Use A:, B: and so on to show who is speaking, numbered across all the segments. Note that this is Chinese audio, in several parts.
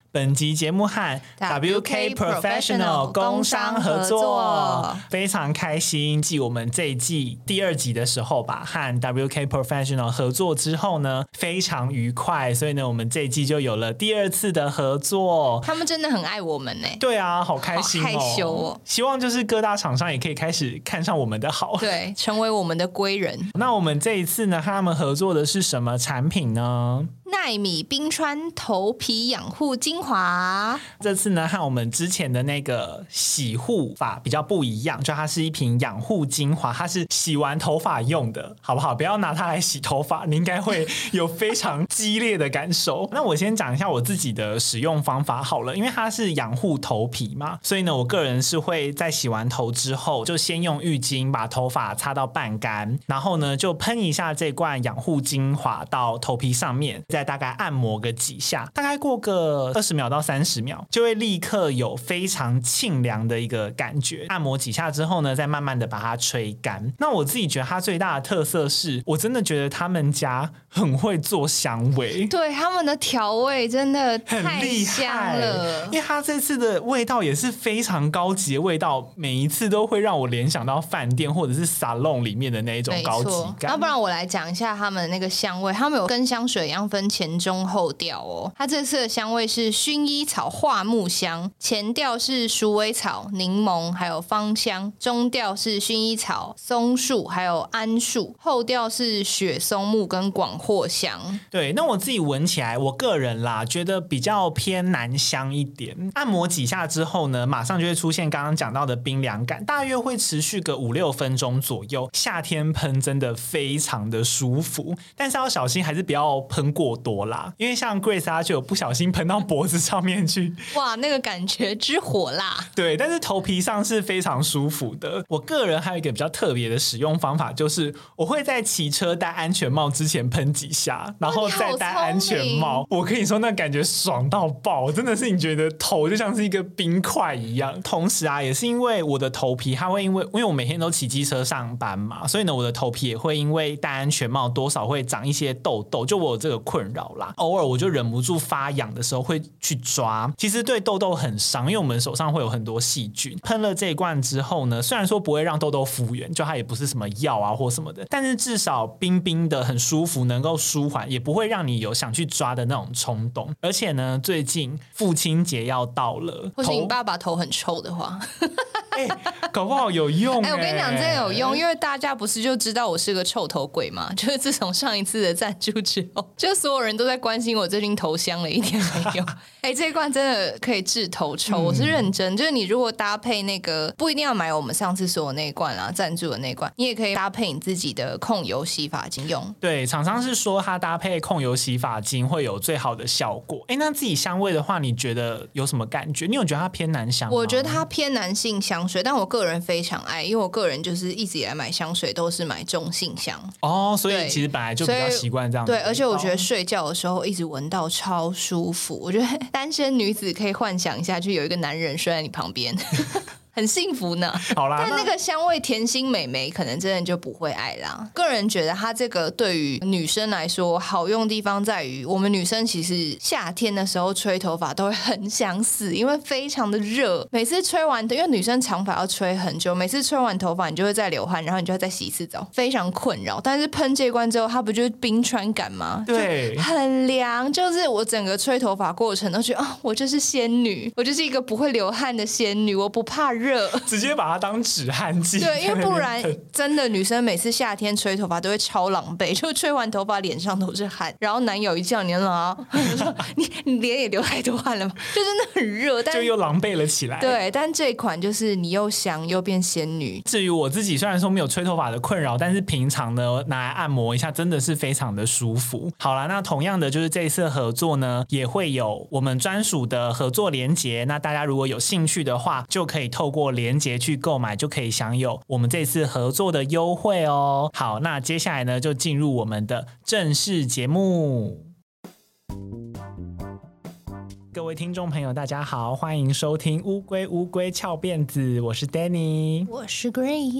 A: 本集节目和 WK Professional 工商合作，非常开心。继我们这一季第2集的时候吧，和 WK Professional 合作之后呢，非常愉快，所以呢，我们这一季就有了第2次的合作。
B: 他们真的很爱我们呢。
A: 对啊，好开心哦，
B: 好害羞哦。
A: 希望就是各大厂商也可以开始看上我们的好，
B: 对，成为我们的归人。
A: 那我们这一次呢，和他们合作的是什么产品呢？
B: 奈米冰川头皮养护精华。
A: 这次呢和我们之前的那个洗护法比较不一样，就它是一瓶养护精华，它是洗完头发用的，好不好？不要拿它来洗头发，你应该会有非常激烈的感受。那我先讲一下我自己的使用方法好了，因为它是养护头皮嘛，所以呢我个人是会在洗完头之后就先用浴巾把头发擦到半干，然后呢就喷一下这罐养护精华到头皮上面，再大概按摩个几下，大概过个20秒到30秒就会立刻有非常沁凉的一个感觉。按摩几下之后呢，再慢慢的把它吹干。那我自己觉得它最大的特色是，我真的觉得他们家很会做香味，
B: 对，他们的调味真的太香了，
A: 因为它这次的味道也是非常高级的味道，每一次都会让我联想到饭店或者是 salon 里面的那一种高级感。
B: 要不然我来讲一下他们的那个香味，他们有跟香水一样分前中后调哦。它这次的香味是薰衣草桦木香，前调是鼠尾草、柠檬还有芳香，中调是薰衣草、松树还有桉树，后调是雪松木跟广藿香。
A: 对，那我自己闻起来，我个人啦觉得比较偏男香一点。按摩几下之后呢，马上就会出现刚刚讲到的冰凉感，大约会持续个5-6分钟左右。夏天喷真的非常的舒服，但是要小心，还是不要喷过多啦，因为像 Grace 她就有不小心喷到脖子上面去，
B: 哇，那个感觉之火辣。
A: 对，但是头皮上是非常舒服的。我个人还有一个比较特别的使用方法，就是我会在骑车戴安全帽之前喷几下，然后再戴安全帽。我跟你说，那感觉爽到爆，真的是你觉得头就像是一个冰块一样。同时啊，也是因为我的头皮，它会因为我每天都骑机车上班嘛，所以呢，我的头皮也会因为戴安全帽多少会长一些痘痘，就我有这个困扰啦。偶尔我就忍不住发痒的时候会去抓，其实对痘痘很伤，因为我们手上会有很多细菌。喷了这一罐之后呢，虽然说不会让痘痘复原，就它也不是什么药啊或什么的，但是至少冰冰的很舒服，能够舒缓，也不会让你有想去抓的那种冲动。而且呢，最近父亲节要到了，
B: 或是你爸爸头很臭的话
A: 搞不好有用。
B: 我跟你讲真的有用，因为大家不是就知道我是个臭头鬼嘛，就是自从上一次的赞助之后，就所有人都在关心我最近头香了一点没有。这一罐真的可以治头臭，我是认真。就是你如果搭配那个，不一定要买我们上次说的那一罐啊，赞助的那一罐，你也可以搭配你自己的控油洗发精用。
A: 对，厂商是说它搭配控油洗发精会有最好的效果。那自己香味的话，你觉得有什么感觉？你有觉得它偏男香吗？
B: 我觉得它偏男性香水，但我个人非常爱，因为我个人就是一直以来买香水都是买中性香
A: 哦，所以其实本来就比较习惯这样。
B: 对，而且我觉得睡觉的时候一直闻到超舒服。我觉得单身女子可以幻想一下，就有一个男人睡在你旁边很幸福呢。
A: 好啦，
B: 但那个香味甜心美眉可能真的就不会爱啦。个人觉得它这个对于女生来说好用的地方在于，我们女生其实夏天的时候吹头发都会很想死，因为非常的热。每次吹完，因为女生长发要吹很久，每次吹完头发你就会再流汗，然后你就要再洗一次澡，非常困扰。但是喷这罐之后，它不就是冰川感吗？
A: 对，
B: 很凉。就是我整个吹头发过程都觉得我就是仙女，我就是一个不会流汗的仙女，我不怕热，
A: 直接把它当止汗剂。
B: 对，因为不然真的女生每次夏天吹头发都会超狼狈，就吹完头发脸上都是汗，然后男友一叫你说你脸也流太多汗了吗？就真的很热，但
A: 就又狼狈了起来。
B: 对，但这一款就是你又香又变仙女。
A: 至于我自己，虽然说没有吹头发的困扰，但是平常呢拿来按摩一下真的是非常的舒服。好啦，那同样的就是这一次合作呢也会有我们专属的合作连结，那大家如果有兴趣的话就可以透过连结去购买，就可以享有我们这次合作的优惠哦。好，那接下来呢就进入我们的正式节目。各位听众朋友大家好，欢迎收听乌龟翘辫子，我是 Danny，
B: 我是 Grace。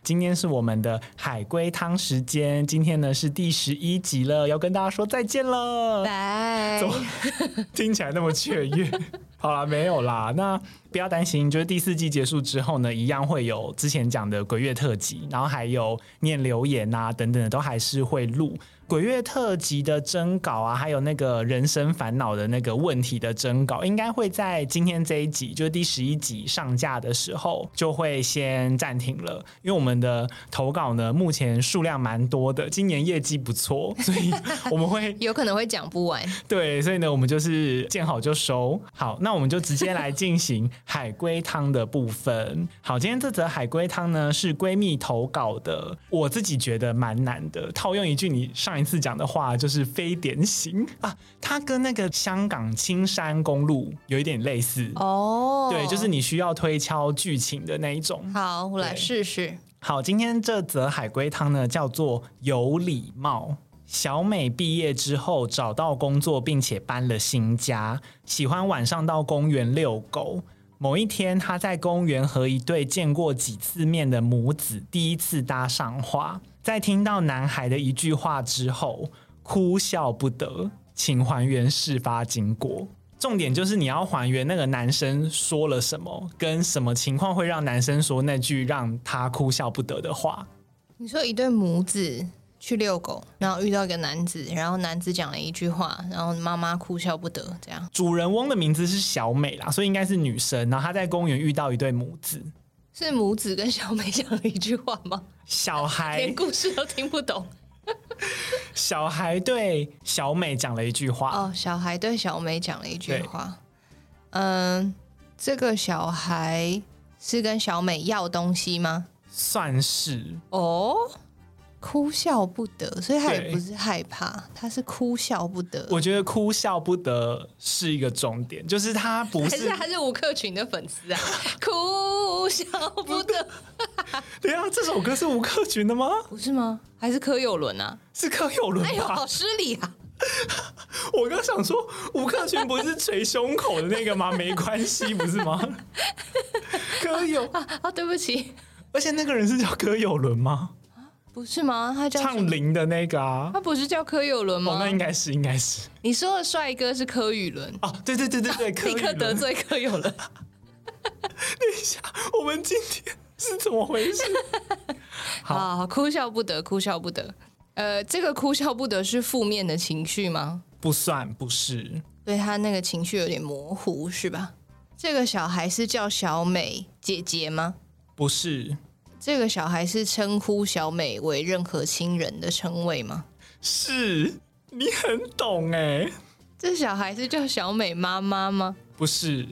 A: 今天是我们的海龟汤时间，今天呢是第11集了，要跟大家说再见了，
B: 拜。
A: 怎么听起来那么雀跃？好啦，没有啦，那不要担心，就是第4季结束之后呢，一样会有之前讲的鬼月特辑，然后还有念留言啊等等的，都还是会录。鬼月特辑的征稿啊，还有那个人生烦恼的那个问题的征稿，应该会在今天这一集，就是第11集上架的时候就会先暂停了，因为我们的投稿呢目前数量蛮多的，今年业绩不错，所以我们会
B: 有可能会讲不完。
A: 对，所以呢我们就是见好就收。好，那我们就直接来进行海龟汤的部分。好，今天这则海龟汤呢是闺蜜投稿的，我自己觉得蛮难的，套用一句你上一次讲的话，就是非典型啊，它跟那个香港青山公路有一点类似
B: 哦。
A: 对，就是你需要推敲剧情的那一种。
B: 好，我来试试。
A: 好，今天这则海龟汤呢叫做有礼貌。小美毕业之后找到工作，并且搬了新家，喜欢晚上到公园遛狗。某一天，她在公园和一对见过几次面的母子第一次搭上话，在听到男孩的一句话之后，哭笑不得。请还原事发经过。重点就是你要还原那个男生说了什么，跟什么情况会让男生说那句让他哭笑不得的话。
B: 你说一对母子去遛狗，然后遇到一个男子，然后男子讲了一句话，然后妈妈哭笑不得，这样。
A: 主人翁的名字是小美啦，所以应该是女生。然后她在公园遇到一对母子，
B: 是母子跟小美讲了一句话吗？
A: 小孩
B: 连故事都听不懂。
A: 小孩对小美讲了一句话。
B: 哦，小孩对小美讲了一句话。这个小孩是跟小美要东西吗？
A: 算是
B: 哦。哭笑不得，所以他也不是害怕，他是哭笑不得。
A: 我觉得哭笑不得是一个重点，就是他不是，
B: 还是吴克群的粉丝啊，哭笑不得。
A: 对啊，这首歌是吴克群的吗？
B: 不是吗？还是柯有伦啊？
A: 是柯有伦吧？
B: 哎呦，好失礼啊！
A: 我刚想说，吴克群不是捶胸口的那个吗？没关系，不是吗？柯有
B: 啊，对不起。
A: 而且那个人是叫柯有伦吗？
B: 不是吗？他叫
A: 唱林的那个啊，
B: 他不是叫柯有伦吗？
A: 哦，那应该是。
B: 你说的帅哥是柯宇伦
A: 哦，对，柯宇伦。
B: 立刻得罪柯有伦。
A: 等一下，我们今天是怎么回事？
B: 好，哭笑不得，哭笑不得。这个哭笑不得是负面的情绪吗？
A: 不算，不是。
B: 对，他那个情绪有点模糊，是吧？这个小孩是叫小美姐姐吗？
A: 不是。
B: 这个小孩是称呼小美为任何亲人的称谓吗？
A: 是，你很懂哎。
B: 这小孩是叫小美妈妈吗？
A: 不是。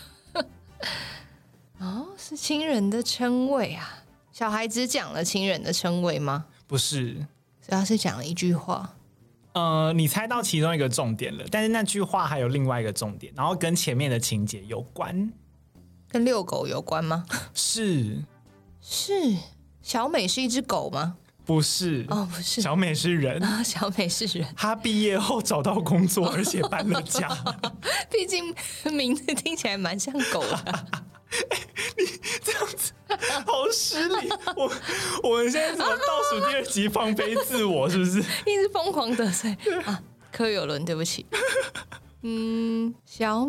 B: 哦，是亲人的称谓啊。小孩只讲了亲人的称谓吗？
A: 不是，
B: 所以他是讲了一句话。
A: 你猜到其中一个重点了，但是那句话还有另外一个重点，然后跟前面的情节有关。
B: 跟遛狗有关吗？
A: 是。
B: 小美是一只狗吗？
A: 不是。
B: 哦，不是。
A: 小美是人。
B: 小美是人。她
A: 毕业后找到工作，而且搬了家。
B: 毕竟名字听起来蛮像狗的。
A: 你这样子好失礼。我们现在怎么倒数第2集放飞自我，是不是？
B: 一直疯狂得罪啊！柯有伦，对不起。小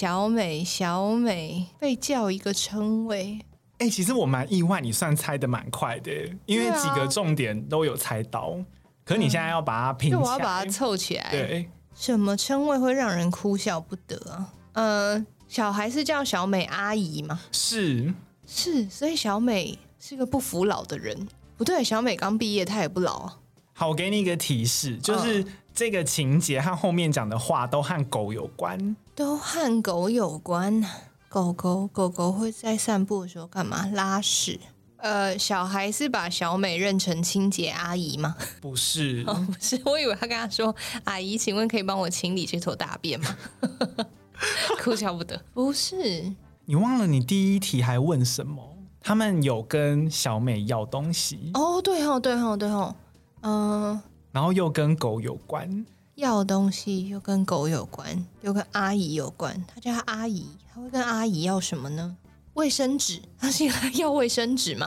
B: 美被叫一个称谓。
A: 其实我蛮意外，你算猜的蛮快的，因为几个重点都有猜到。可是你现在要把它拼起来，
B: 我要把它凑起来。
A: 对，
B: 什么称谓会让人哭笑不得啊？小孩是叫小美阿姨吗？
A: 是，
B: 所以小美是个不服老的人。不对，小美刚毕业，她也不老啊。
A: 好，我给你一个提示，就是这个情节和后面讲的话都和狗有关。
B: 都和狗有关。狗狗会在散步的时候干嘛？拉屎。小孩是把小美认成清洁阿姨吗？
A: 不是。
B: 不是，我以为他跟他说：“阿姨，请问可以帮我清理这坨大便吗？”哭笑不得。不是。
A: 你忘了你第1题还问什么？他们有跟小美要东西。
B: 哦，对哦。
A: 然后又跟狗有关。
B: 要东西又跟狗有关，又跟阿姨有关。他叫她阿姨，他会跟阿姨要什么呢？卫生纸。他是要卫生纸吗？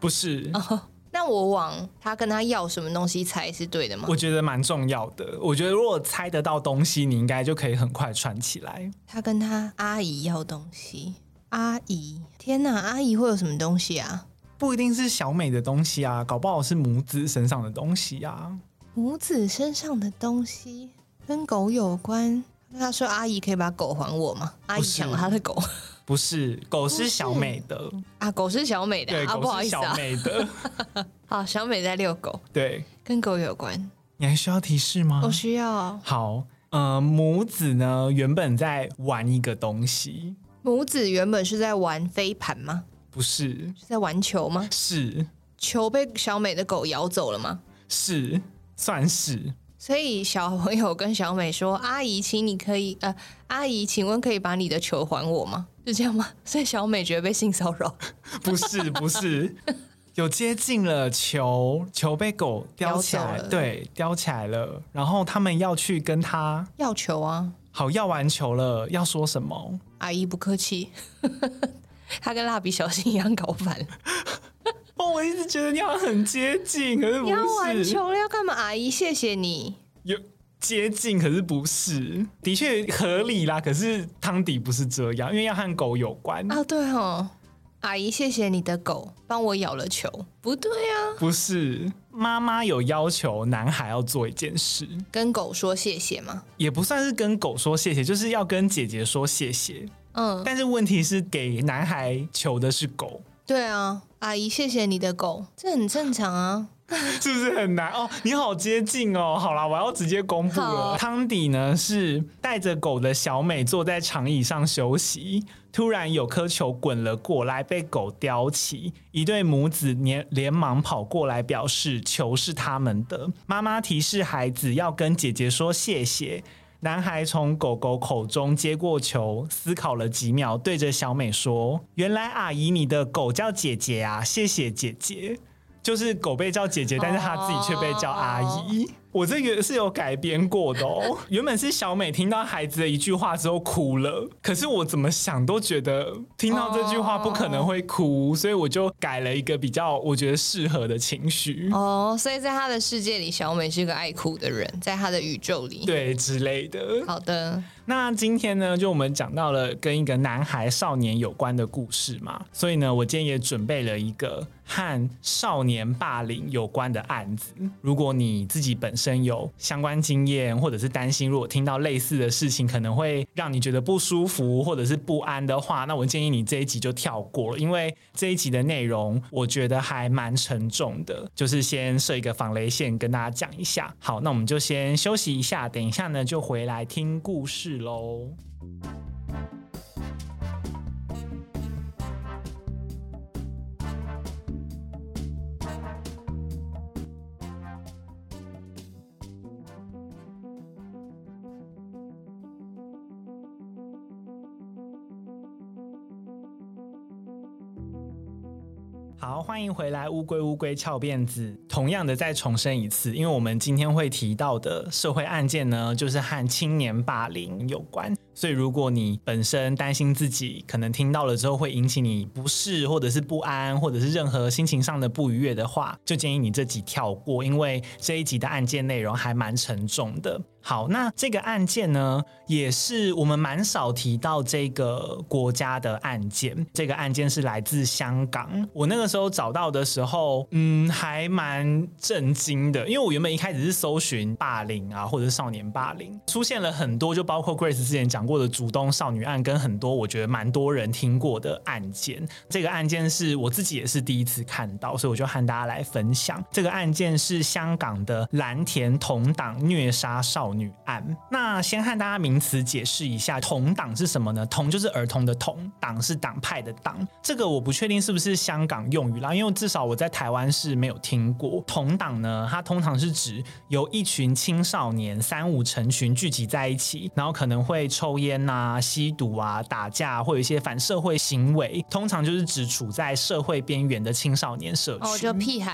A: 不是。
B: 那我往他跟他要什么东西猜是对的吗？
A: 我觉得蛮重要的。我觉得如果猜得到东西，你应该就可以很快串起来。
B: 他跟他阿姨要东西，阿姨，天哪，阿姨会有什么东西啊？
A: 不一定是小美的东西啊，搞不好是母子身上的东西啊。
B: 母子身上的东西跟狗有关。他说阿姨可以把狗还我吗？阿姨抢了他的狗。
A: 不是，狗是小美的
B: 啊，狗是小美的，
A: 对，
B: 啊，不好意思啊，
A: 小美的。
B: 好，小美在遛狗，
A: 对，
B: 跟狗有关。
A: 你还需要提示吗？
B: 我需要。
A: 好，母子呢原本在玩一个东西。
B: 母子原本是在玩飞盘吗？
A: 不是。
B: 是在玩球吗？
A: 是。
B: 球被小美的狗咬走了吗？
A: 是，算是。
B: 所以小朋友跟小美说：“阿姨，阿姨，请问可以把你的球还我吗？”是这样吗？所以小美觉得被性骚扰？
A: 不是，不是，有接近了，球被狗叼起来，对，叼起来了。然后他们要去跟他
B: 要球啊。
A: 好，要完球了，要说什么？
B: 阿姨不客气。他跟蜡笔小新一样搞反了。
A: 我一直觉得你好像很接近，可是不是。
B: 你要玩球了要干嘛？阿姨，谢谢你。
A: 有接近，可是不是，的确合理啦。可是汤底不是这样，因为要和狗有关
B: 啊。对哦，阿姨，谢谢你的狗帮我咬了球。不对啊，
A: 不是。妈妈有要求男孩要做一件事，
B: 跟狗说谢谢吗？
A: 也不算是跟狗说谢谢，就是要跟姐姐说谢谢。但是问题是给男孩球的是狗。
B: 对啊，阿姨，谢谢你的狗，这很正常啊。
A: 是不是很难哦？你好接近哦！好啦，我要直接公布了。汤底呢是带着狗的小美坐在长椅上休息，突然有颗球滚了过来，被狗叼起。一对母子连忙跑过来表示球是他们的。妈妈提示孩子要跟姐姐说谢谢。男孩从狗狗口中接过球，思考了几秒，对着小美说：“原来阿姨你的狗叫姐姐啊，谢谢姐姐。”就是狗被叫姐姐，但是他自己却被叫阿姨。我这个是有改编过的哦。原本是小美听到孩子的一句话之后哭了，可是我怎么想都觉得听到这句话不可能会哭，所以我就改了一个比较我觉得适合的情绪。
B: 所以在他的世界里，小美是个爱哭的人，在他的宇宙里，
A: 对之类的。
B: 好的。
A: 那今天呢，就我们讲到了跟一个男孩少年有关的故事嘛，所以呢，我今天也准备了一个和少年霸凌有关的案子。如果你自己本身有相关经验，或者是担心如果听到类似的事情可能会让你觉得不舒服或者是不安的话，那我建议你这一集就跳过了，因为这一集的内容我觉得还蛮沉重的，就是先设一个防雷线跟大家讲一下。好，那我们就先休息一下，等一下呢就回来听故事咯。好，欢迎回来，乌龟乌龟翘辫子。同样的再重申一次，因为我们今天会提到的社会案件呢，就是和青年霸凌有关，所以如果你本身担心自己可能听到了之后会引起你不适或者是不安，或者是任何心情上的不愉悦的话，就建议你这集跳过，因为这一集的案件内容还蛮沉重的。好，那这个案件呢，也是我们蛮少提到这个国家的案件。这个案件是来自香港。我那个时候找到的时候，还蛮震惊的，因为我原本一开始是搜寻霸凌啊，或者是少年霸凌，出现了很多，就包括 Grace 之前讲过的竹东少女案，跟很多我觉得蛮多人听过的案件。这个案件是我自己也是第一次看到，所以我就和大家来分享。这个案件是香港的蓝田同党虐杀少女案。那先和大家名词解释一下，同党是什么呢？同就是儿童的同，党是党派的党。这个我不确定是不是香港用语啦，因为至少我在台湾是没有听过。同党呢，它通常是指由一群青少年3-5成群聚集在一起，然后可能会抽烟啊、吸毒啊、打架，或有一些反社会行为，通常就是指处在社会边缘的青少年社群。
B: 就屁孩啊。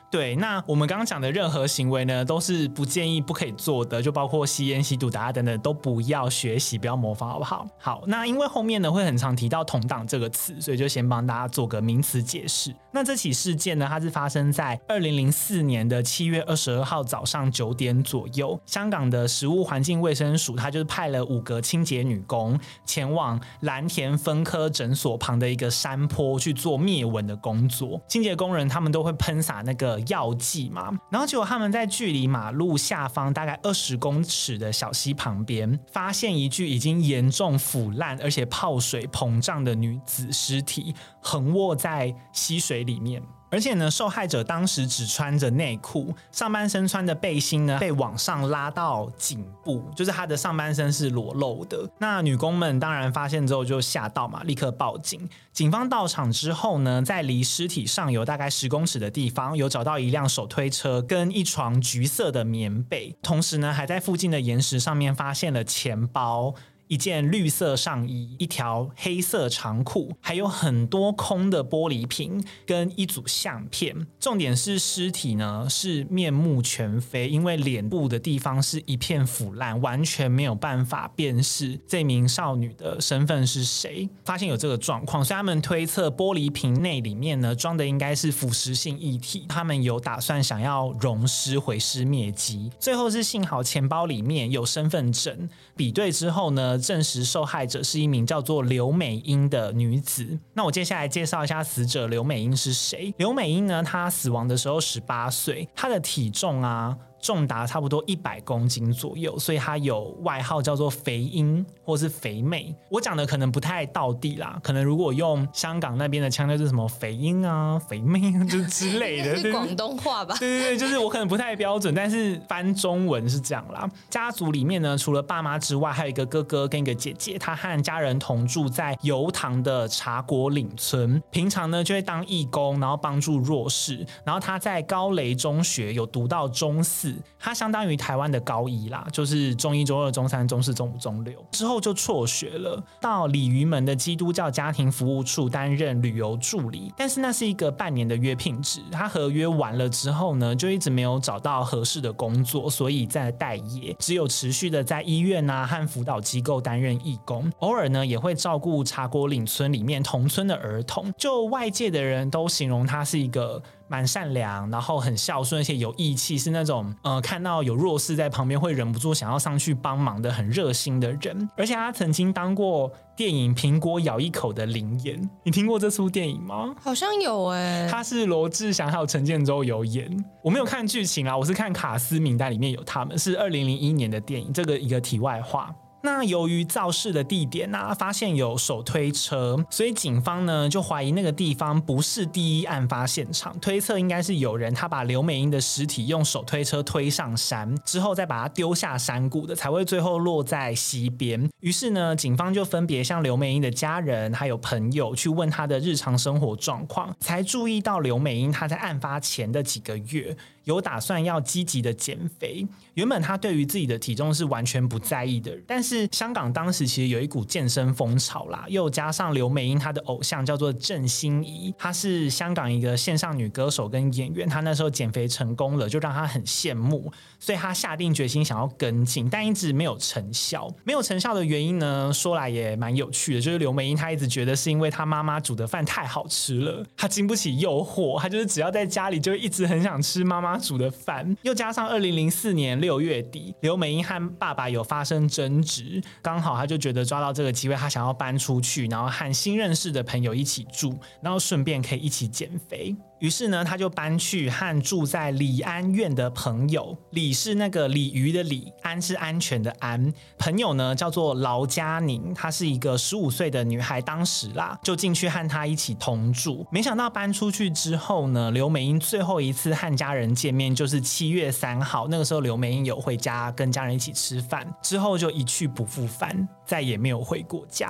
A: 对，那我们刚刚讲的任何行为呢，都是不建议、不可以做的，就包括吸烟、吸毒、打压等等，都不要学习，不要模仿，好不好？好，那因为后面呢会很常提到同党这个词，所以就先帮大家做个名词解释。那这起事件呢，它是发生在2004年的7月22号早上9点左右，香港的食物环境卫生署，它就是派了5个清洁女工前往蓝田分科诊所旁的一个山坡去做灭蚊的工作。清洁工人他们都会喷洒那个药剂嘛，然后结果他们在距离马路下方大概20公尺的小溪旁边，发现一具已经严重腐烂而且泡水膨胀的女子尸体横卧在溪水里面。而且呢，受害者当时只穿着内裤，上半身穿的背心呢被往上拉到颈部，就是她的上半身是裸露的。那女工们当然发现之后就吓到嘛，立刻报警。警方到场之后呢，在离尸体上游大概10公尺的地方，有找到一辆手推车跟一床橘色的棉被，同时呢，还在附近的岩石上面发现了钱包、一件绿色上衣、一条黑色长裤，还有很多空的玻璃瓶跟一组相片。重点是尸体呢是面目全非，因为脸部的地方是一片腐烂，完全没有办法辨识这名少女的身份是谁。发现有这个状况，所以他们推测玻璃瓶内里面呢装的应该是腐蚀性液体，他们有打算想要溶尸毁尸灭迹。最后是幸好钱包里面有身份证，比对之后呢证实受害者是一名叫做刘美英的女子。那我接下来介绍一下死者刘美英是谁。刘美英呢，她死亡的时候18岁，她的体重重达差不多100公斤左右，所以她有外号叫做肥英或是肥妹。我讲的可能不太道地啦，可能如果用香港那边的腔调就是什么肥英啊、肥妹就是之类的，
B: 是广东话吧？
A: 对对对，就是我可能不太标准，但是翻中文是这样啦。家族里面呢，除了爸妈之外，还有一个哥哥跟一个姐姐，他和家人同住在油塘的茶果岭村，平常呢就会当义工，然后帮助弱势。然后他在高雷中学有读到中4，他相当于台湾的高1啦，就是中1、中2、中3、中4、中5、中6，之后就辍学了，到鲤鱼门的基督教家庭服务处担任旅游助理。但是那是一个半年的约聘制，他合约完了之后呢，就一直没有找到合适的工作，所以在待业，只有持续的在医院和辅导机构担任义工，偶尔呢也会照顾茶果岭村里面同村的儿童。就外界的人都形容他是一个蛮善良，然后很孝顺，而且有义气，是那种看到有弱势在旁边会忍不住想要上去帮忙的很热心的人。而且他曾经当过电影《苹果咬一口》的灵演，你听过这出电影吗？
B: 好像有他
A: 是罗志祥还有陈建州有演，我没有看剧情啦，我是看卡司名单里面有他们，是2001年的电影，这个一个题外话。那由于肇事的地点发现有手推车，所以警方呢就怀疑那个地方不是第一案发现场，推测应该是有人他把刘美英的尸体用手推车推上山之后再把它丢下山谷的，才会最后落在溪边。于是呢，警方就分别向刘美英的家人还有朋友去问她的日常生活状况，才注意到刘美英她在案发前的几个月有打算要积极的减肥。原本她对于自己的体重是完全不在意的，但是香港当时其实有一股健身风潮啦，又加上刘美英她的偶像叫做郑欣宜，她是香港一个线上女歌手跟演员，她那时候减肥成功了，就让她很羡慕，所以她下定决心想要跟进，但一直没有成效。没有成效的原因呢，说来也蛮有趣的，就是刘美英她一直觉得是因为她妈妈煮的饭太好吃了，她经不起诱惑，她就是只要在家里就一直很想吃妈妈煮的饭。又加上2004年6月底，刘美英和爸爸有发生争执，刚好他就觉得抓到这个机会，他想要搬出去，然后和新认识的朋友一起住，然后顺便可以一起减肥。于是呢，他就搬去和住在礼安苑的朋友，礼是那个鲤鱼的鲤，安是安全的安。朋友呢叫做劳嘉宁，她是一个15岁的女孩，当时就进去和她一起同住。没想到搬出去之后呢，刘美英最后一次和家人见面就是7月3号，那个时候刘美英有回家跟家人一起吃饭，之后就一去不复返，再也没有回过家。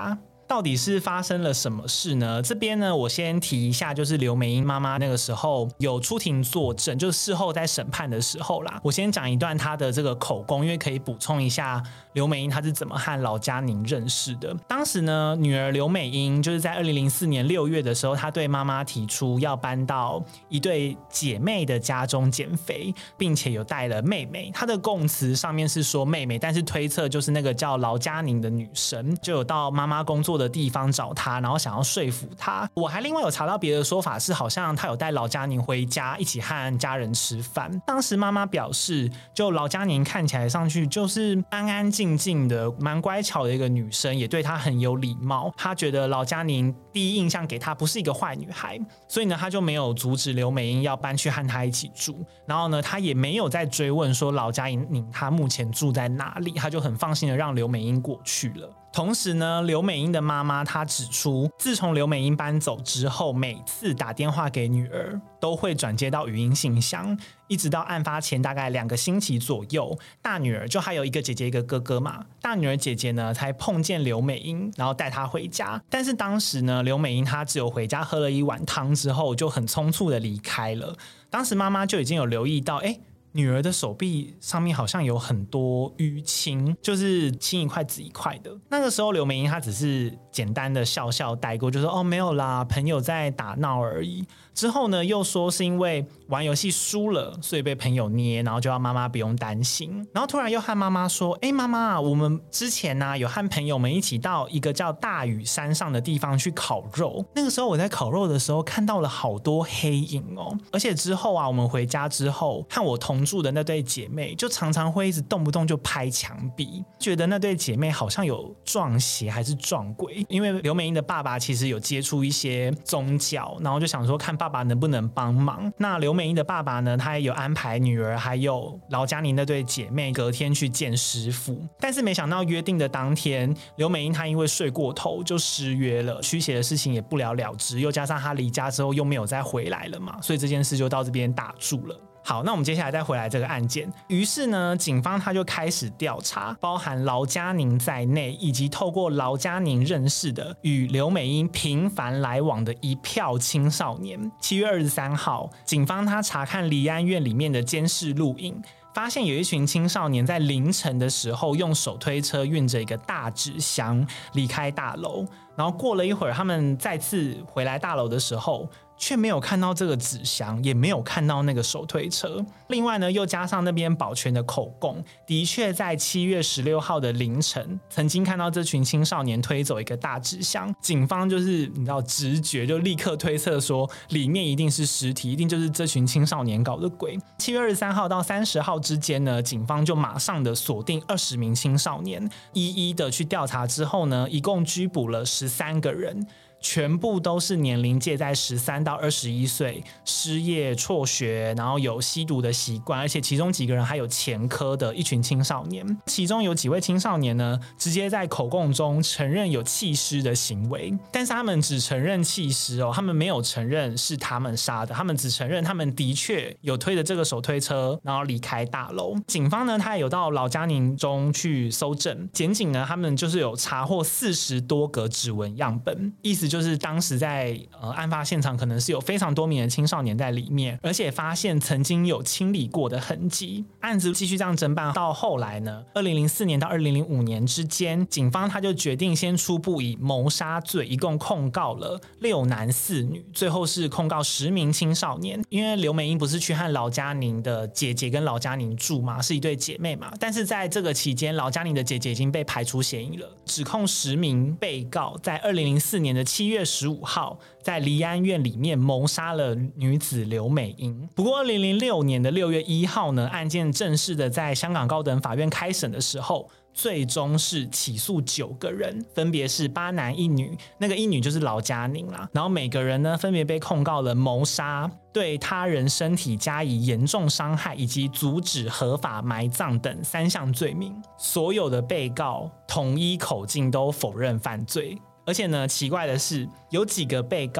A: 到底是发生了什么事呢？这边呢，我先提一下，就是刘美英妈妈那个时候有出庭作证，就是事后在审判的时候啦。我先讲一段她的这个口供，因为可以补充一下刘美英她是怎么和老嘉宁认识的。当时呢，女儿刘美英就是在2004年6月的时候，她对妈妈提出要搬到一对姐妹的家中减肥，并且有带了妹妹。她的供词上面是说妹妹，但是推测就是那个叫劳嘉宁的女生，就有到妈妈工作的地方找她，然后想要说服她。我还另外有查到别的说法是，好像她有带劳嘉宁回家一起和家人吃饭。当时妈妈表示，就劳嘉宁看起来上去就是安安静静的，蛮乖巧的一个女生，也对她很有礼貌。她觉得劳嘉宁第一印象给她不是一个坏女孩，所以呢，她就没有阻止刘美英要搬去和她一起住。然后呢，她也没有再追问说劳嘉宁她目前住在哪里，她就很放心的让刘美英过去了。同时呢，刘美英的妈妈她指出，自从刘美英搬走之后，每次打电话给女儿都会转接到语音信箱，一直到案发前大概2个星期左右，大女儿就还有一个姐姐一个哥哥嘛，大女儿姐姐呢才碰见刘美英，然后带她回家。但是当时呢，刘美英她只有回家喝了一碗汤之后就很匆促的离开了。当时妈妈就已经有留意到，女儿的手臂上面好像有很多淤青，就是青一块紫一块的。那个时候刘美英她只是简单的笑笑带过，就说哦没有啦，朋友在打闹而已。之后呢又说是因为玩游戏输了，所以被朋友捏，然后就要妈妈不用担心。然后突然又和妈妈说，妈妈，我们之前呢有和朋友们一起到一个叫大屿山上的地方去烤肉。那个时候我在烤肉的时候看到了好多黑影哦，而且之后啊我们回家之后和我同住的那对姐妹就常常会一直动不动就拍墙壁，觉得那对姐妹好像有撞邪还是撞鬼。因为刘美英的爸爸其实有接触一些宗教，然后就想说看爸爸能不能帮忙。那刘美英的爸爸呢，他也有安排女儿还有劳嘉宁那对姐妹隔天去见师傅，但是没想到约定的当天，刘美英她因为睡过头就失约了，驱邪的事情也不了了之，又加上她离家之后又没有再回来了嘛，所以这件事就到这边打住了。好，那我们接下来再回来这个案件。于是呢，警方他就开始调查，包含劳嘉宁在内，以及透过劳嘉宁认识的与刘美英频繁来往的一票青少年。7月23号，警方他查看离安院里面的监视录影，发现有一群青少年在凌晨的时候用手推车运着一个大纸箱离开大楼，然后过了一会儿，他们再次回来大楼的时候，却没有看到这个纸箱，也没有看到那个手推车。另外呢，又加上那边保全的口供，的确在7月16号的凌晨曾经看到这群青少年推走一个大纸箱。警方就是你知道直觉就立刻推测说里面一定是尸体，一定就是这群青少年搞的鬼。7月23号到30号之间呢，警方就马上的锁定20名青少年，一一的去调查之后呢，一共拘捕了13个人，全部都是年龄介在13到21岁，失业、辍学，然后有吸毒的习惯，而且其中几个人还有前科的一群青少年。其中有几位青少年呢，直接在口供中承认有弃尸的行为，但是他们只承认弃尸哦，他们没有承认是他们杀的，他们只承认他们的确有推着这个手推车，然后离开大楼。警方呢，他也有到劳嘉宁中去搜证，检警呢，他们就是有查获40多个指纹样本，意思就是当时在案发现场可能是有非常多名的青少年在里面，而且发现曾经有清理过的痕迹。案子继续这样侦办到后来呢，2004年到2005年之间，警方他就决定先初步以谋杀罪一共控告了6男4女，最后是控告10名青少年。因为刘美英不是去和劳嘉宁的姐姐跟劳嘉宁住嘛，是一对姐妹嘛，但是在这个期间劳嘉宁的姐姐已经被排除嫌疑了，指控10名被告在2004年的7月15号在离安院里面谋杀了女子刘美英。不过2006年的6月1号呢，案件正式的在香港高等法院开审的时候，最终是起诉9个人，分别是8男1女，那个1女就是劳嘉宁啦。然后每个人呢分别被控告了谋杀、对他人身体加以严重伤害以及阻止合法埋葬等3项罪名。所有的被告统一口径都否认犯罪。而且呢，奇怪的是，有几个被告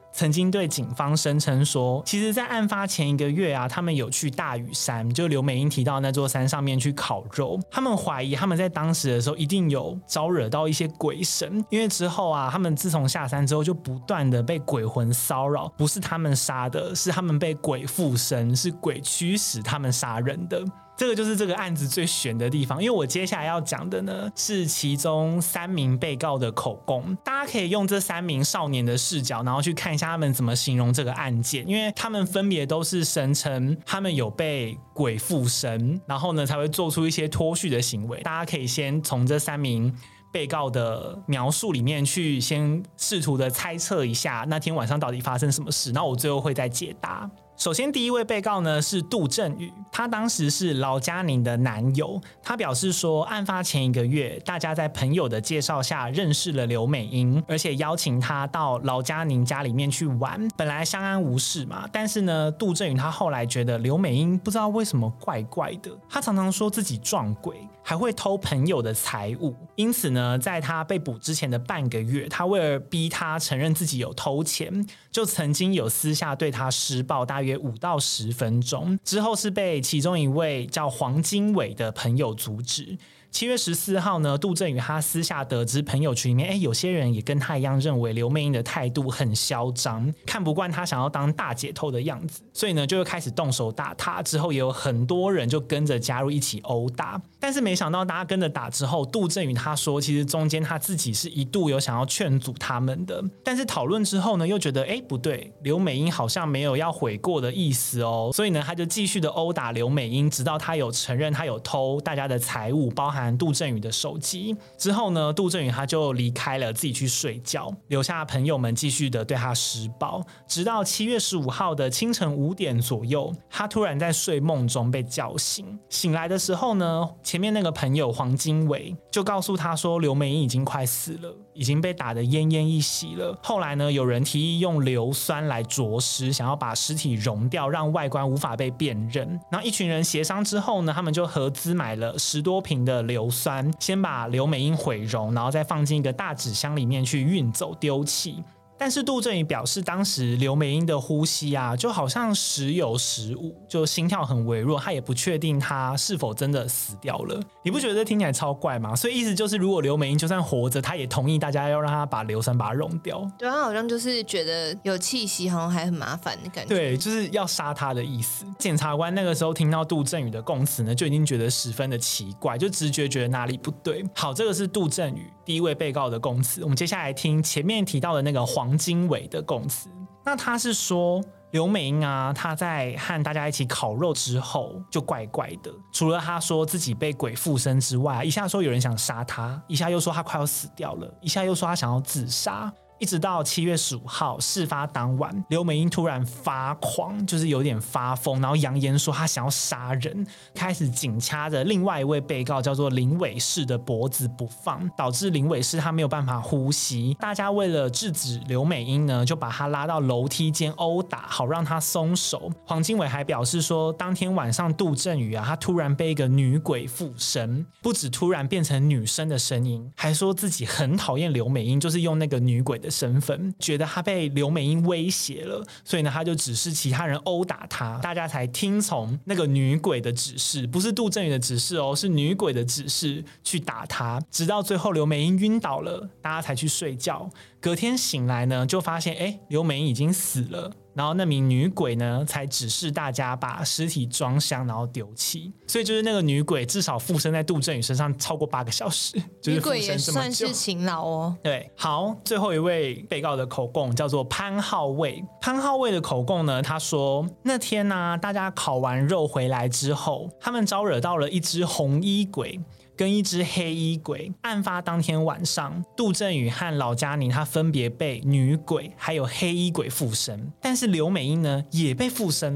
A: 曾经对警方声称说，其实在案发前1个月啊，他们有去大屿山，就刘美英提到那座山上面去烤肉，他们怀疑他们在当时的时候一定有招惹到一些鬼神，因为之后啊，他们自从下山之后就不断的被鬼魂骚扰，不是他们杀的，是他们被鬼附身，是鬼驱使他们杀人的。这个就是这个案子最悬的地方，因为我接下来要讲的呢是其中3名被告的口供，大家可以用这3名少年的视角，然后去看一下他们怎么形容这个案件，因为他们分别都是声称他们有被鬼附身，然后呢才会做出一些脱序的行为。大家可以先从这3名被告的描述里面去先试图的猜测一下那天晚上到底发生什么事，然后我最后会再解答。首先第一位被告呢是杜振宇，他当时是劳嘉宁的男友，他表示说案发前1个月大家在朋友的介绍下认识了刘美英，而且邀请他到劳嘉宁家里面去玩，本来相安无事嘛，但是呢杜振宇他后来觉得刘美英不知道为什么怪怪的，他常常说自己撞鬼，还会偷朋友的财物，因此呢在他被捕之前的半个月，他为了逼他承认自己有偷钱，就曾经有私下对他施暴大约5到10分钟，之后是被其中一位叫黄金伟的朋友阻止。7月14号呢，杜振宇他私下得知朋友群里面有些人也跟他一样认为刘美英的态度很嚣张，看不惯他想要当大姐头的样子，所以呢就会开始动手打他，之后也有很多人就跟着加入一起殴打。但是没想到大家跟着打之后，杜振宇他说其实中间他自己是一度有想要劝阻他们的，但是讨论之后呢又觉得不对，刘美英好像没有要悔过的意思哦，所以呢他就继续的殴打刘美英，直到他有承认他有偷大家的财物，包含杜振宇的手机。之后呢杜振宇他就离开了，自己去睡觉，留下朋友们继续的对他施暴，直到7月15号的清晨5点左右，他突然在睡梦中被叫醒，醒来的时候呢，前面那个朋友黄金伟就告诉他说刘美英已经快死了，已经被打得奄奄一息了。后来呢有人提议用硫酸来灼尸，想要把尸体溶掉，让外观无法被辨认。然后一群人协商之后呢，他们就合资买了10多瓶的硫酸，先把刘美英毁容，然后再放进一个大纸箱里面去运走丢弃。但是杜振宇表示当时刘美英的呼吸啊就好像时有时无，就心跳很微弱，他也不确定她是否真的死掉了。你不觉得这听起来超怪吗？所以意思就是如果刘美英就算活着，他也同意大家要让她把硫酸把它溶掉。
B: 对，他好像就是觉得有气息好像还很麻烦的感觉。
A: 对，就是要杀他的意思。检察官那个时候听到杜振宇的供词呢，就已经觉得十分的奇怪，就直觉觉得哪里不对。好，这个是杜振宇第一位被告的供词，我们接下来听前面提到的那个黄金伟的供词。那他是说刘美英啊，她在和大家一起烤肉之后就怪怪的，除了她说自己被鬼附身之外，一下说有人想杀她，一下又说她快要死掉了，一下又说她想要自杀。一直到7月15号事发当晚，刘美英突然发狂，就是有点发疯，然后扬言说她想要杀人，开始紧掐着另外一位被告叫做林伟士的脖子不放，导致林伟士他没有办法呼吸。大家为了制止刘美英呢，就把她拉到楼梯间殴打，好让她松手。黄金伟还表示说，当天晚上杜振宇啊，他突然被一个女鬼附身，不止突然变成女生的声音，还说自己很讨厌刘美英，就是用那个女鬼的身份，觉得他被刘美英威胁了，所以呢他就指示其他人殴打他，大家才听从那个女鬼的指示，不是杜振宇的指示哦，是女鬼的指示去打他，直到最后刘美英晕倒了，大家才去睡觉。隔天醒来呢，就发现刘美英已经死了，然后那名女鬼呢才指示大家把尸体装箱然后丢弃。所以就是那个女鬼至少附身在杜振宇身上超过8个小时，就是附身这么久。女鬼也
B: 算是勤劳哦。
A: 对，好，最后一位被告的口供叫做潘浩卫。潘浩卫的口供呢，他说那天啊，大家烤完肉回来之后，他们招惹到了一只红衣鬼跟一只黑衣鬼。案发当天晚上，杜振宇和老嘉宁他分别被女鬼还有黑衣鬼附身，但是刘美英呢也被附身了，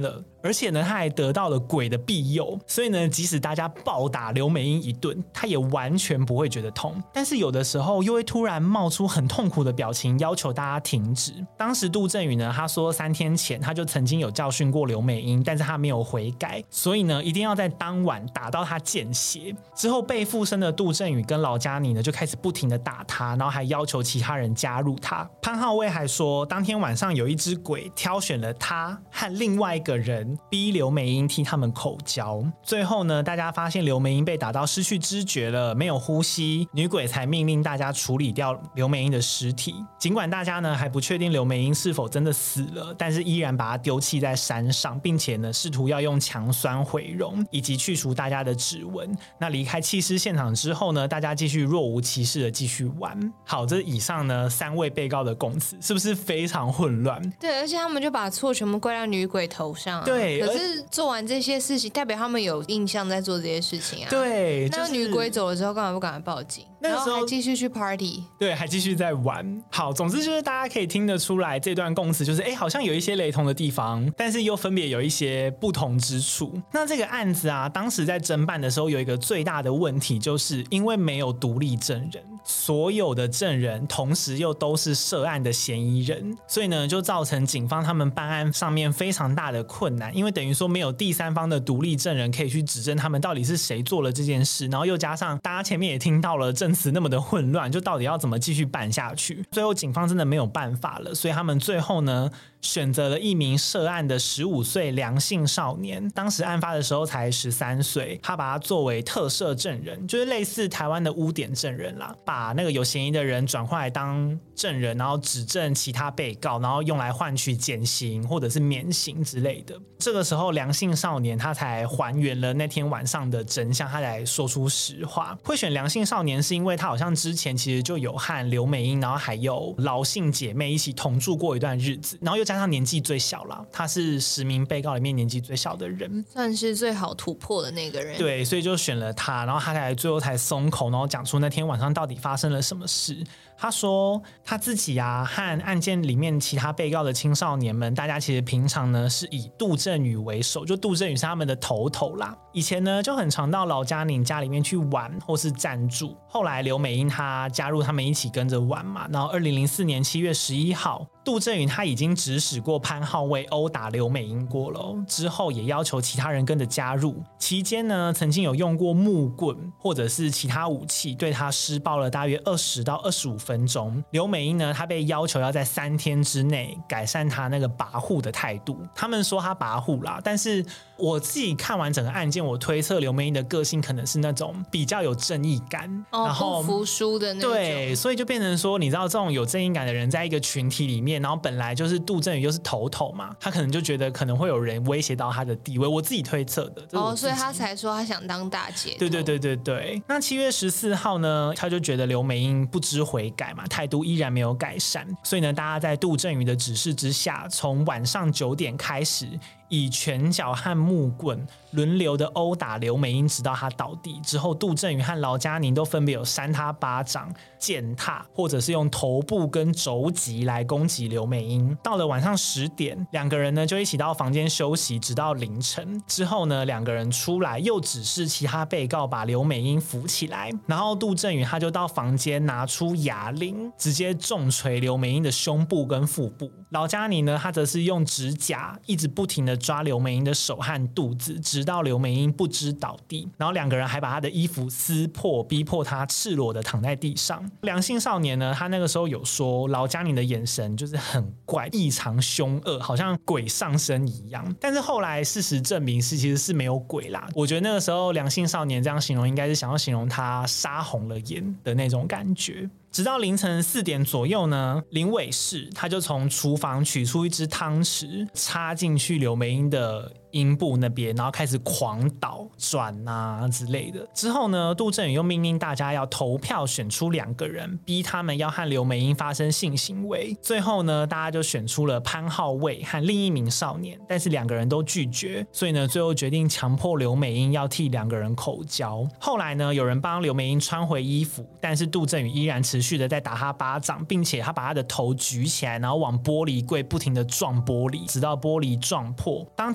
A: 而且呢他还得到了鬼的庇佑，所以呢即使大家暴打刘美英一顿，他也完全不会觉得痛，但是有的时候又会突然冒出很痛苦的表情，要求大家停止。当时杜振宇呢他说3天前他就曾经有教训过刘美英，但是他没有悔改，所以呢一定要在当晚打到他见血。之后被附身的杜振宇跟老家妮呢就开始不停的打他，然后还要求其他人加入他。潘浩威还说当天晚上有一只鬼挑选了他和另外一个人，逼刘美英替他们口交。最后呢大家发现刘美英被打到失去知觉了，没有呼吸，女鬼才命令大家处理掉刘美英的尸体。尽管大家呢还不确定刘美英是否真的死了，但是依然把她丢弃在山上，并且呢试图要用强酸毁容以及去除大家的指纹。那离开弃尸现场之后呢，大家继续若无其事的继续玩。好，这以上呢3位被告的供词是不是非常混乱？
B: 对，而且他们就把错全部怪到女鬼头上啊。
A: 对，
B: 可是做完这些事情，代表他们有印象在做这些事情啊。
A: 对，
B: 那女鬼走了之后，干嘛不赶快报警？
A: 那个时候
B: 然后还继续去 party，
A: 对，还继续在玩。好，总之就是大家可以听得出来，这段供词就是好像有一些雷同的地方，但是又分别有一些不同之处。那这个案子啊，当时在侦办的时候有一个最大的问题，就是因为没有独立证人，所有的证人同时又都是涉案的嫌疑人，所以呢就造成警方他们办案上面非常大的困难，因为等于说没有第三方的独立证人可以去指证他们到底是谁做了这件事，然后又加上大家前面也听到了证词那么的混乱，就到底要怎么继续办下去。最后警方真的没有办法了，所以他们最后呢选择了一名涉案的15岁梁姓少年，当时案发的时候才13岁，他把他作为特赦证人，就是类似台湾的污点证人啦，把那个有嫌疑的人转换来当证人，然后指证其他被告，然后用来换取减刑或者是免刑之类的。这个时候梁姓少年他才还原了那天晚上的真相，他才说出实话。会选梁姓少年是因为他好像之前其实就有和刘美英然后还有劳姓姐妹一起同住过一段日子，然后又加上年纪最小啦，他是10名被告里面年纪最小的人，
B: 算是最好突破的那个人。
A: 对，所以就选了他，然后他最后才松口，然后讲出那天晚上到底发生了什么事。他说他自己啊和案件里面其他被告的青少年们，大家其实平常呢是以杜振宇为首，就杜振宇是他们的头啦。以前呢就很常到老家宁家里面去玩或是暂住，后来刘美英她加入他们一起跟着玩嘛，然后2004年7月11号杜振宇他已经指使过潘浩威殴打刘美英过了，之后也要求其他人跟着加入。期间呢曾经有用过木棍或者是其他武器对他施暴了大约20到25分钟。刘美英呢她被要求要在3天之内改善她那个跋扈的态度，他们说她跋扈啦，但是我自己看完整个案件，我推测刘美英的个性可能是那种比较有正义感，然后
B: 不服输的那种。
A: 对，所以就变成说你知道这种有正义感的人在一个群体里面，然后本来就是杜振宇又是头嘛，他可能就觉得可能会有人威胁到他的地位，我自己推测的。
B: 所以他才说他想当大姐头。
A: 对。那7月14号呢，他就觉得刘美英不知悔改嘛，态度依然没有改善，所以呢大家在杜振宇的指示之下，从晚上9点开始以拳脚和木棍轮流的殴打刘美英，直到她倒地。之后杜振宇和劳嘉宁都分别有扇她巴掌、践踏，或者是用头部跟肘击来攻击刘美英。到了晚上10点，两个人呢就一起到房间休息，直到凌晨。之后呢，两个人出来又指示其他被告把刘美英扶起来，然后杜振宇他就到房间拿出哑铃，直接重锤刘美英的胸部跟腹部。劳嘉宁呢，他则是用指甲一直不停的抓刘美英的手和肚子，直到刘美英不知倒地。然后两个人还把她的衣服撕破，逼迫她赤裸的躺在地上。梁姓少年呢，他那个时候有说劳嘉宁的眼神就是很怪，异常凶恶，好像鬼上身一样。但是后来事实证明其实是没有鬼啦。我觉得那个时候梁姓少年这样形容，应该是想要形容他杀红了眼的那种感觉。直到凌晨4点左右呢，林伟士他就从厨房取出一只汤匙，插进去刘美英的阴部那边，然后开始狂倒转啊之类的。之后呢，杜振宇又命令大家要投票选出2个人，逼他们要和刘美英发生性行为。最后呢，大家就选出了潘浩卫和另一名少年，但是2个人都拒绝，所以呢，最后决定强迫刘美英要替2个人口交。后来呢，有人帮刘美英穿回衣服，但是杜振宇依然持续的在打她巴掌，并且他把她的头举起来，然后往玻璃柜不停的撞玻璃，直到玻璃撞破。当天晚上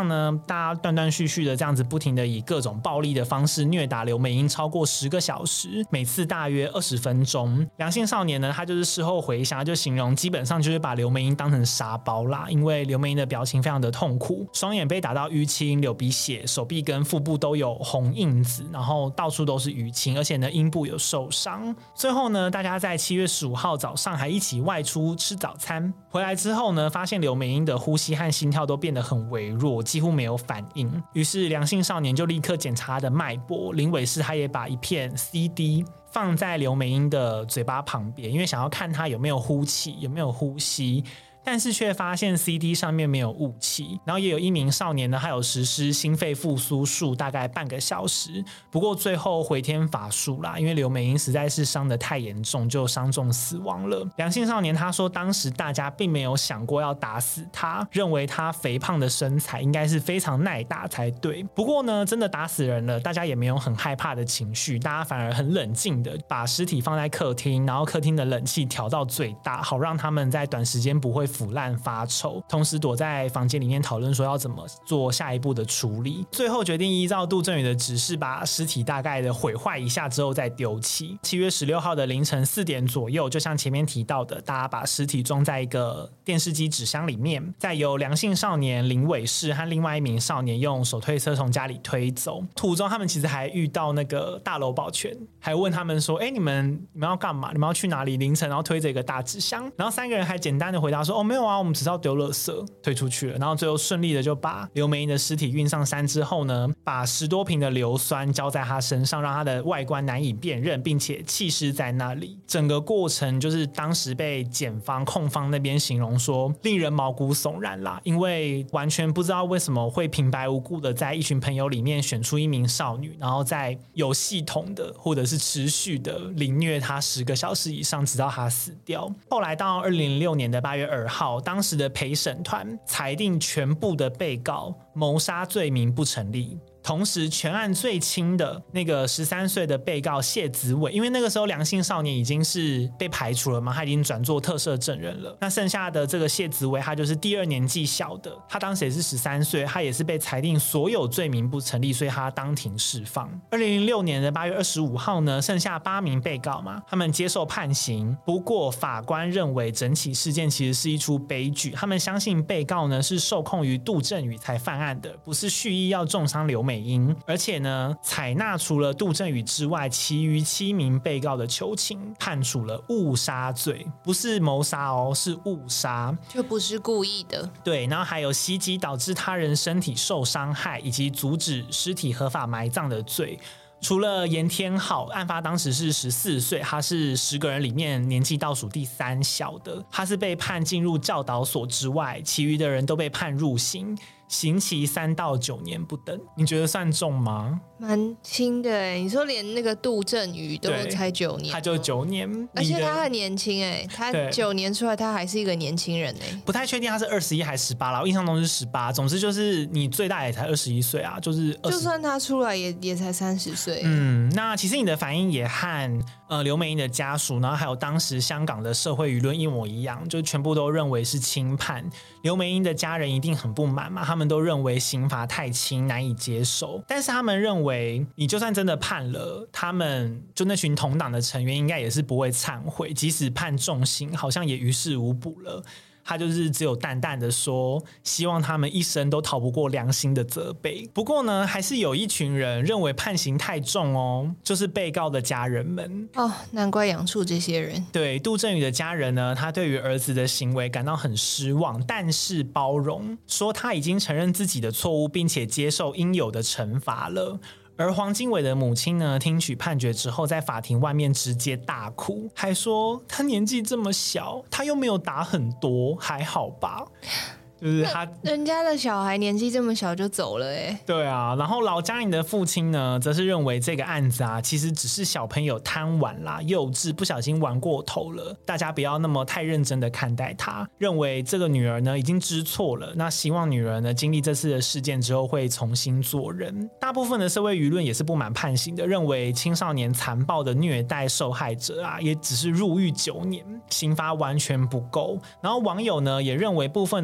A: 上呢，大家断断续续的这样子不停的以各种暴力的方式虐打刘美英超过10个小时，每次大约20分钟。良性少年呢，他就是事后回想，就形容基本上就是把刘美英当成沙包啦，因为刘美英的表情非常的痛苦，双眼被打到淤青、流鼻血，手臂跟腹部都有红印子，然后到处都是淤青，而且呢阴部有受伤。最后呢，大家在7月15号早上还一起外出吃早餐，回来之后呢，发现刘美英的呼吸和心跳都变得很微弱，几乎没有反应。于是良性少年就立刻检查她的脉搏，林伟士他也把一片 CD 放在刘美英的嘴巴旁边，因为想要看她有没有呼气，有没有呼吸。但是却发现 CD 上面没有雾气，然后也有一名少年呢，他有实施心肺复苏术大概半个小时，不过最后回天乏术啦，因为刘美英实在是伤得太严重，就伤重死亡了。良性少年他说，当时大家并没有想过要打死他，认为他肥胖的身材应该是非常耐打才对。不过呢，真的打死人了，大家也没有很害怕的情绪，大家反而很冷静的把尸体放在客厅，然后客厅的冷气调到最大，好让他们在短时间不会腐烂发臭，同时躲在房间里面讨论说要怎么做下一步的处理。最后决定依照杜振宇的指示，把尸体大概的毁坏一下之后再丢弃。7月16号的凌晨4点左右，就像前面提到的，大家把尸体装在一个电视机纸箱里面，再由良性少年林伟士和另外一名少年用手推车从家里推走。途中他们其实还遇到那个大楼保全，还问他们说你们要干嘛，你们要去哪里，凌晨然后推着一个大纸箱，然后3个人还简单的回答说没有啊，我们只是要丢垃圾，推出去了。然后最后顺利的就把刘美英的尸体运上山之后呢，把10多瓶的硫酸浇在她身上，让她的外观难以辨认，并且弃尸在那里。整个过程就是当时被检方控方那边形容说令人毛骨悚然啦，因为完全不知道为什么会平白无故的在一群朋友里面选出一名少女，然后再有系统的或者是持续的凌虐她10个小时以上，直到她死掉。后来到2006年的8月2号，当时的陪审团裁定全部的被告谋杀罪名不成立。同时全案最轻的那个13岁的被告谢子伟，因为那个时候良性少年已经是被排除了嘛，他已经转做特赦证人了，那剩下的这个谢子伟他就是第2年纪小的，他当时也是13岁，他也是被裁定所有罪名不成立，所以他当庭释放。2006年的8月25号呢，剩下8名被告嘛，他们接受判刑。不过法官认为整起事件其实是一出悲剧，他们相信被告呢是受控于杜振宇才犯案的，不是蓄意要重伤刘美英，而且呢采纳除了杜振宇之外其余7名被告的求情，判处了误杀罪，不是谋杀哦，是误杀，
B: 就不是故意的。
A: 对，然后还有袭击导致他人身体受伤害以及阻止尸体合法埋葬的罪。除了严天浩，案发当时是14岁，他是10个人里面年纪倒数第3小的，他是被判进入教导所之外，其余的人都被判入刑，刑期3到9年不等。你觉得算重吗？
B: 蛮轻的耶，你说连那个杜振宇都才9年，
A: 他就9年，
B: 而且他很年轻耶，他9年出来他还是一个年轻人耶。
A: 不太确定他是21还是18啦，我印象中是18，总之就是你最大也才21岁啊，就是20，
B: 就算他出来也才30岁。
A: 那其实你的反应也和刘美英的家属，然后还有当时香港的社会舆论一模一样，就全部都认为是轻判。刘美英的家人一定很不满嘛，他们都认为刑罚太轻，难以接受。但是他们认为，你就算真的判了，他们就那群同党的成员应该也是不会忏悔，即使判重刑，好像也于事无补了。他就是只有淡淡的说，希望他们一生都逃不过良心的责备。不过呢，还是有一群人认为判刑太重哦，就是被告的家人们。
B: 难怪养出这些人。对，
A: 杜振宇的家人呢，他对于儿子的行为感到很失望，但是包容，说他已经承认自己的错误，并且接受应有的惩罚了。而黄经纬的母亲呢，听取判决之后，在法庭外面直接大哭，还说他年纪这么小，他又没有打很多，还好吧。就是他
B: 人家的小孩年纪这么小就走了耶。
A: 对啊，然后老嘉玲的父亲呢，则是认为这个案子啊，其实只是小朋友贪玩啦、幼稚，不小心玩过头了，大家不要那么太认真的看待他。认为这个女儿呢已经知错了，那希望女儿呢经历这次的事件之后会重新做人。大部分的社会舆论也是不满判刑的，认为青少年残暴的虐待受害者啊，也只是入狱9年，刑罚完全不够。然后网友呢也认为部分的成员已经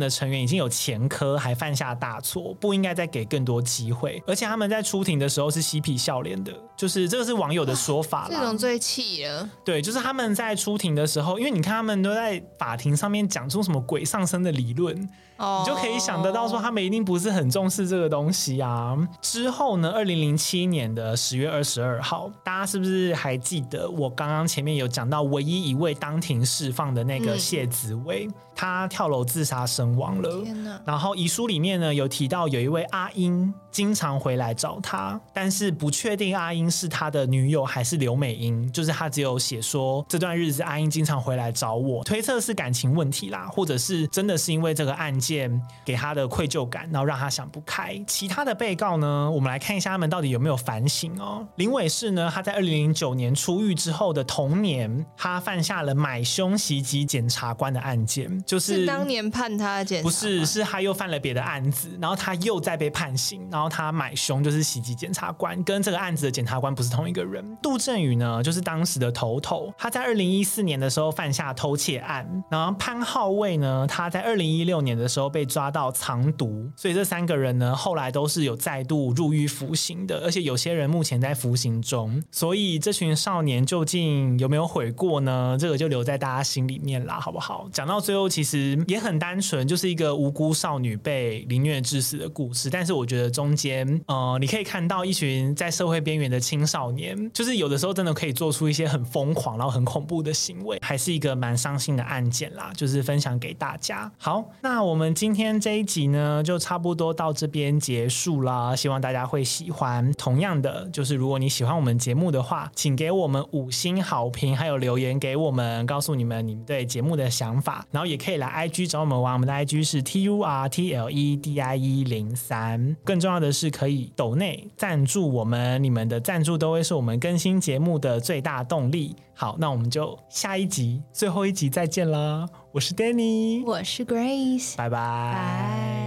A: 经有前科，还犯下大错，不应该再给更多机会。而且他们在出庭的时候是嬉皮笑脸的，就是这个是网友的说法啦。
B: 这种最气了。
A: 对，就是他们在出庭的时候，因为你看他们都在法庭上面讲出什么鬼上身的理论，你就可以想得到说他们一定不是很重视这个东西啊。之后呢，2007年的10月22号，大家是不是还记得我刚刚前面有讲到唯一一位当庭释放的那个谢子薇，他跳楼自杀身亡了。
B: 天哪！
A: 然后遗书里面呢有提到有一位阿英经常回来找他，但是不确定阿英是他的女友还是刘美英，就是他只有写说这段日子阿英经常回来找我，推测是感情问题啦，或者是真的是因为这个案件给他的愧疚感，然后让他想不开。其他的被告呢，我们来看一下他们到底有没有反省哦。林伟士呢，他在2009年出狱之后的同年，他犯下了买凶袭击检察官的案件，就是
B: 当年判他的检察官，
A: 不是，是他又犯了别的案子，然后他又再被判刑，然后他买凶就是袭击检察官，跟这个案子的检察官不是同一个人。杜振宇呢，就是当时的头头，他在2014年的时候犯下偷窃案，然后潘浩卫呢，他在2016年的时候被抓到藏毒，所以这3个人呢，后来都是有再度入狱服刑的，而且有些人目前在服刑中。所以这群少年究竟有没有悔过呢？这个就留在大家心里面啦，好不好？讲到最后，其实也很单纯，就是一个无辜少女被凌虐致死的故事。但是我觉得中间，你可以看到一群在社会边缘的青少年，就是有的时候真的可以做出一些很疯狂然后很恐怖的行为，还是一个蛮伤心的案件啦，就是分享给大家。好，那我们今天这一集呢，就差不多到这边结束啦，希望大家会喜欢。同样的，就是如果你喜欢我们节目的话，请给我们5星好评，还有留言给我们，告诉你们对节目的想法，然后也可以来 IG 找我们玩，我们的 IG 是 TURTLEDIE03。更重要的是可以抖内赞助我们，你们的赞助都会是我们更新节目的最大动力。好，那我们就下一集最后一集再见啦！我是 Danny，
B: 我是 Grace，
A: 拜拜。